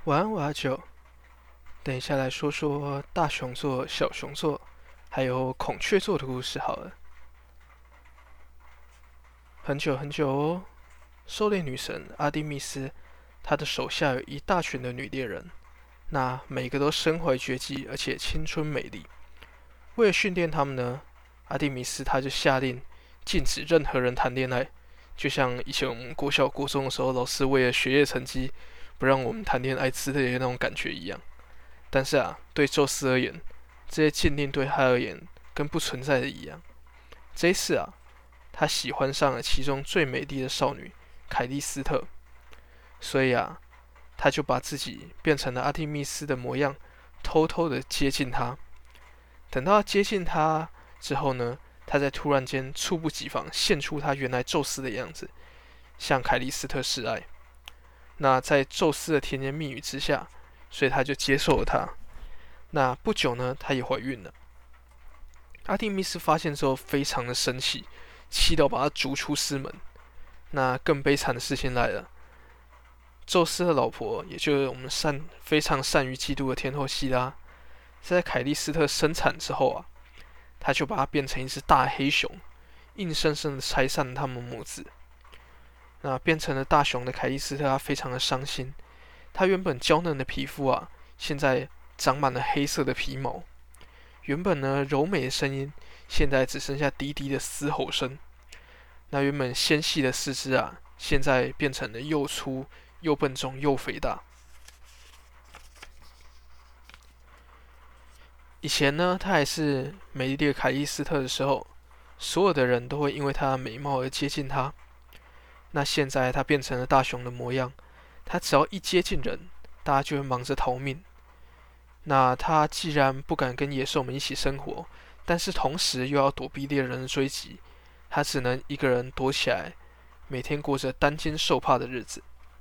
晚安，我阿九。等一下来说说大熊座、小熊座，还有孔雀座的故事好了。很久很久哦，狩猎女神阿蒂密斯，她的手下有一大群的女猎人，那每个都身怀绝技，而且青春美丽。为了训练他们呢，阿蒂米斯她就下令禁止任何人谈恋爱，就像以前我们国小、国中的时候，老师为了学业成绩不让我们谈恋爱之类的那种感觉一样。但是啊，对宙斯而言，这些禁令对他而言跟不存在的一样。这一次啊，他喜欢上了其中最美丽的少女凯莉斯特，所以啊，他就把自己变成了阿提密斯的模样，偷偷的接近她。等到接近她之后呢，他再突然间猝不及防现出他原来宙斯的样子，向凯莉斯特示爱。那在宙斯的甜言蜜语之下，所以他就接受了她。那不久呢，她也怀孕了。阿蒂密斯发现之后非常的生气，气到把她逐出师门。那更悲惨的事情来了，宙斯的老婆，也就是我们非常善于嫉妒的天后希拉，在凯利斯特生产之后啊，他就把它变成一只大黑熊，硬生生的拆散了他们母子。那变成了大熊的凯利斯特，他非常的伤心。他原本娇嫩的皮肤啊，现在长满了黑色的皮毛。原本呢柔美的声音，现在只剩下低低的嘶吼声。那原本纤细的四肢啊，现在变成了又粗又笨重又肥大。以前呢，她还是美丽的凯莉斯特的时候，所有的人都会因为她的美貌而接近她。那现在她变成了大熊的模样，她只要一接近人，大家就会忙着逃命。那她既然不敢跟野兽们一起生活，但是同时又要躲避猎人的追击，她只能一个人躲起来，每天过着担惊受怕的日子。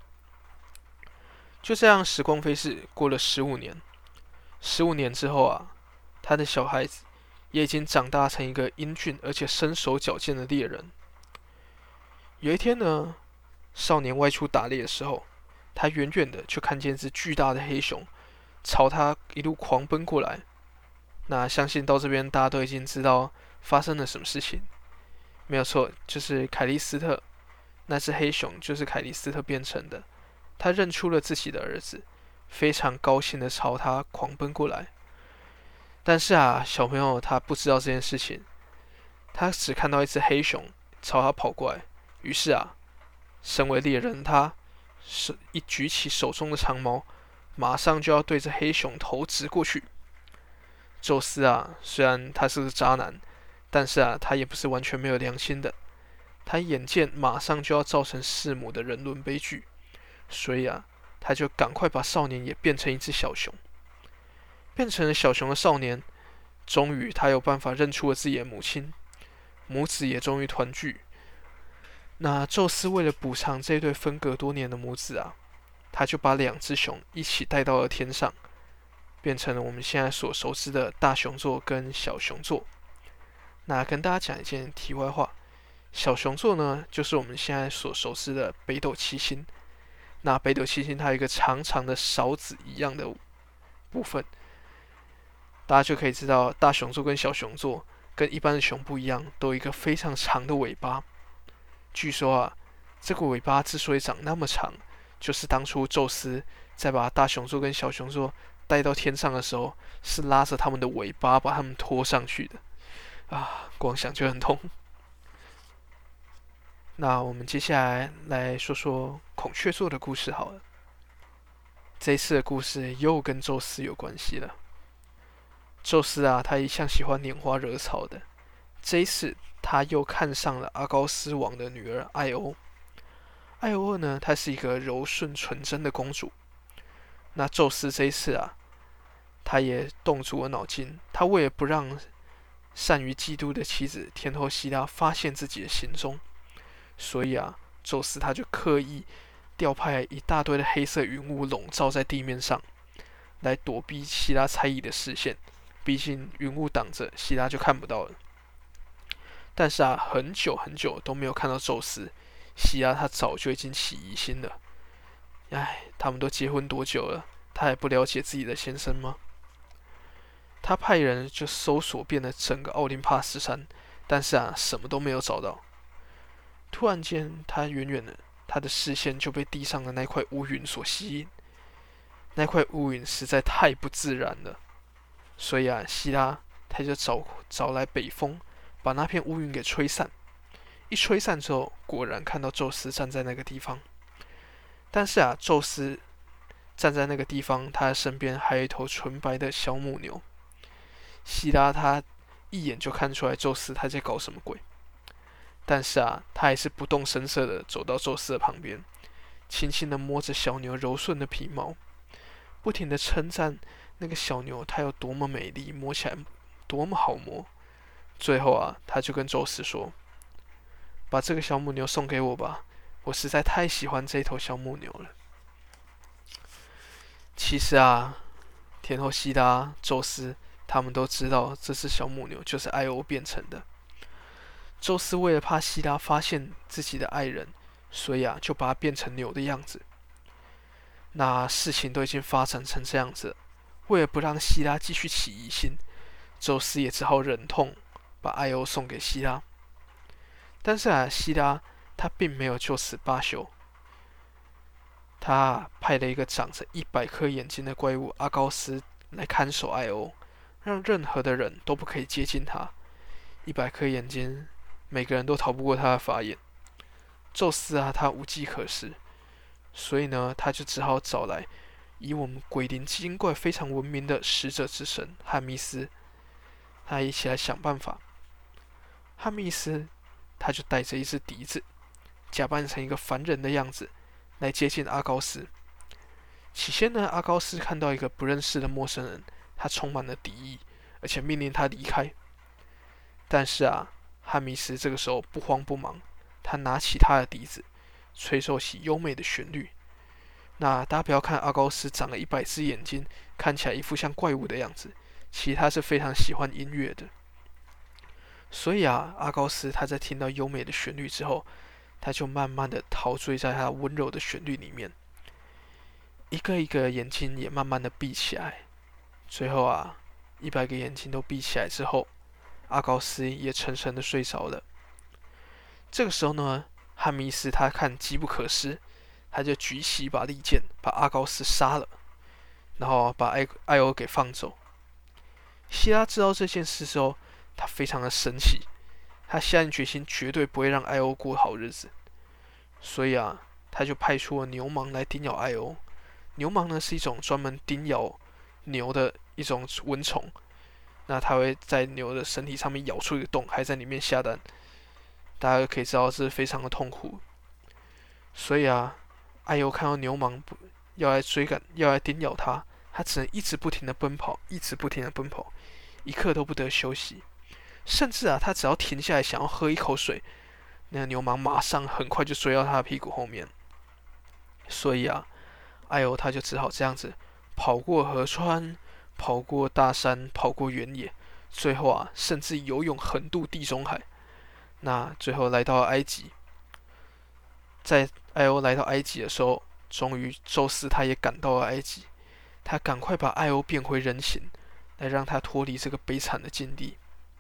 就这样，时光飞逝，过了15年。15年之后啊，他的小孩子也已经长大成一个英俊而且身手矫健的猎人。有一天呢，少年外出打猎的时候，他远远的就看见一只巨大的黑熊朝他一路狂奔过来。那相信到这边大家都已经知道发生了什么事情，没有错，就是凯利斯特。那只黑熊就是凯利斯特变成的。他认出了自己的儿子，非常高兴的朝他狂奔过来。但是啊，小朋友他不知道这件事情，他只看到一只黑熊朝他跑过来。于是啊，身为猎人，他一举起手中的长矛，马上就要对着黑熊投掷过去。宙斯啊，虽然他是个渣男，但是啊，他也不是完全没有良心的。他眼见马上就要造成弑母的人伦悲剧，所以啊，他就赶快把少年也变成一只小熊。变成了小熊的少年，终于他有办法认出了自己的母亲，母子也终于团聚。那宙斯为了补偿这对分隔多年的母子啊，他就把两只熊一起带到了天上，变成了我们现在所熟知的大熊座跟小熊座。那跟大家讲一件题外话，小熊座呢，就是我们现在所熟知的北斗七星。那北斗七星它有一个长长的勺子一样的部分，大家就可以知道大熊座跟小熊座跟一般的熊不一样，都有一个非常长的尾巴。据说啊，这个尾巴之所以长那么长，就是当初宙斯在把大熊座跟小熊座带到天上的时候，是拉着他们的尾巴把他们拖上去的啊，光想就很痛。那我们接下来说说孔雀座的故事好了。这一次的故事又跟宙斯有关系了。宙斯啊，他一向喜欢拈花惹草的，这一次他又看上了阿高斯王的女儿艾欧。艾欧呢，她是一个柔顺纯真的公主。那宙斯这一次啊，他也动足了脑筋，他为了不让善于嫉妒的妻子天后希拉发现自己的行踪，所以啊，宙斯他就刻意调派一大堆的黑色云雾笼罩在地面上，来躲避希拉猜疑的视线。毕竟云雾挡着，希拉就看不到了。但是啊，很久很久都没有看到宙斯，希拉他早就已经起疑心了。哎，他们都结婚多久了？ 他还不了解自己的先生吗？他派人就搜索遍了整个奥林帕斯山，但是什么都没有找到。突然间，他的视线就被地上的那块乌云所吸引。那块乌云实在太不自然了，所以希拉他就找来北风，把那片乌云给吹散。一吹散之后，果然看到宙斯站在那个地方。但是宙斯站在那个地方，他的身边还有一头纯白的小母牛。希拉他一眼就看出来宙斯他在搞什么鬼，但是他还是不动声色的走到宙斯的旁边，轻轻的摸着小牛柔顺的皮毛，不停的称赞那个小牛它有多么美丽，摸起来多么好摸。最后他就跟宙斯说：“把这个小母牛送给我吧，我实在太喜欢这头小母牛了。”其实天后希拉、宙斯他们都知道这只小母牛就是艾欧变成的。宙斯为了怕希拉发现自己的爱人，所以就把它变成牛的样子。那事情都已经发展成这样子了，为了不让希拉继续起疑心，宙斯也只好忍痛把艾欧送给希拉。但是希拉他并没有就此罢休，他派了一个长着100颗眼睛的怪物阿高斯来看守艾欧，让任何的人都不可以接近他。100颗眼睛，每个人都逃不过他的法眼。宙斯他无计可施，所以呢，他就只好找来以我们鬼灵精怪非常闻名的使者之神汉密斯，他一起来想办法。汉密斯他就带着一只笛子，假扮成一个凡人的样子，来接近阿高斯。起先呢，阿高斯看到一个不认识的陌生人，他充满了敌意，而且命令他离开。但是汉密斯这个时候不慌不忙，他拿起他的笛子，吹奏起优美的旋律。那大家不要看阿高斯长了100只眼睛，看起来一副像怪物的样子，其实他是非常喜欢音乐的。所以阿高斯他在听到优美的旋律之后，他就慢慢的陶醉在他温柔的旋律里面，一个一个眼睛也慢慢的闭起来。最后100个眼睛都闭起来之后，阿高斯也沉沉的睡着了。这个时候呢，汉密斯他看机不可失，他就举起一把利剑，把阿高斯杀了，然后把艾欧给放走。希拉知道这件事之后，他非常的生气，他下定决心绝对不会让艾欧过好日子。所以他就派出了牛虻来叮咬艾欧。牛虻呢是一种专门叮咬牛的一种蚊虫，那它会在牛的身体上面咬出一个洞，还在里面下蛋。大家可以知道这是非常的痛苦。所以艾欧看到牛虻要来追赶，要来叮咬他，他只能一直不停的奔跑，一直不停的奔跑，一刻都不得休息。甚至他只要停下来想要喝一口水，那个牛虻马上很快就追到他的屁股后面。所以艾欧他就只好这样子跑过河川，跑过大山，跑过原野，最后甚至游泳横渡地中海。那最后来到了埃及。在艾欧来到埃及的时候，终于宙斯他也赶到了埃及，他赶快把艾欧变回人形，来让他脱离这个悲惨的境地。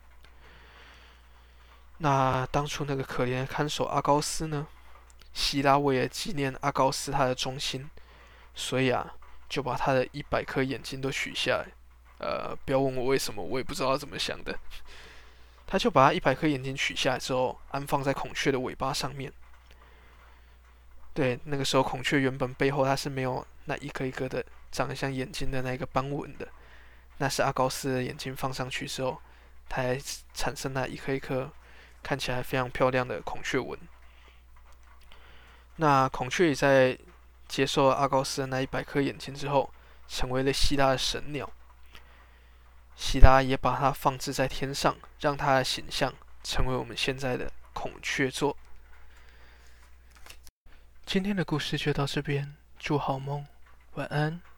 那当初那个可怜的看守阿高斯呢？希拉为了纪念阿高斯他的忠心，所以就把他的100颗眼睛都取下来。不要问我为什么，我也不知道他怎么想的。他就把他100颗眼睛取下来之后，安放在孔雀的尾巴上面。对，那个时候孔雀原本背后它是没有那一个一个的长得像眼睛的那个斑纹的，那是阿高斯的眼睛放上去之后，它才产生了一颗一颗看起来非常漂亮的孔雀纹。那孔雀也在接受了阿高斯的那100颗眼睛之后，成为了希拉的神鸟。希拉也把它放置在天上，让它的形象成为我们现在的孔雀座。今天的故事就到这边，祝好梦，晚安。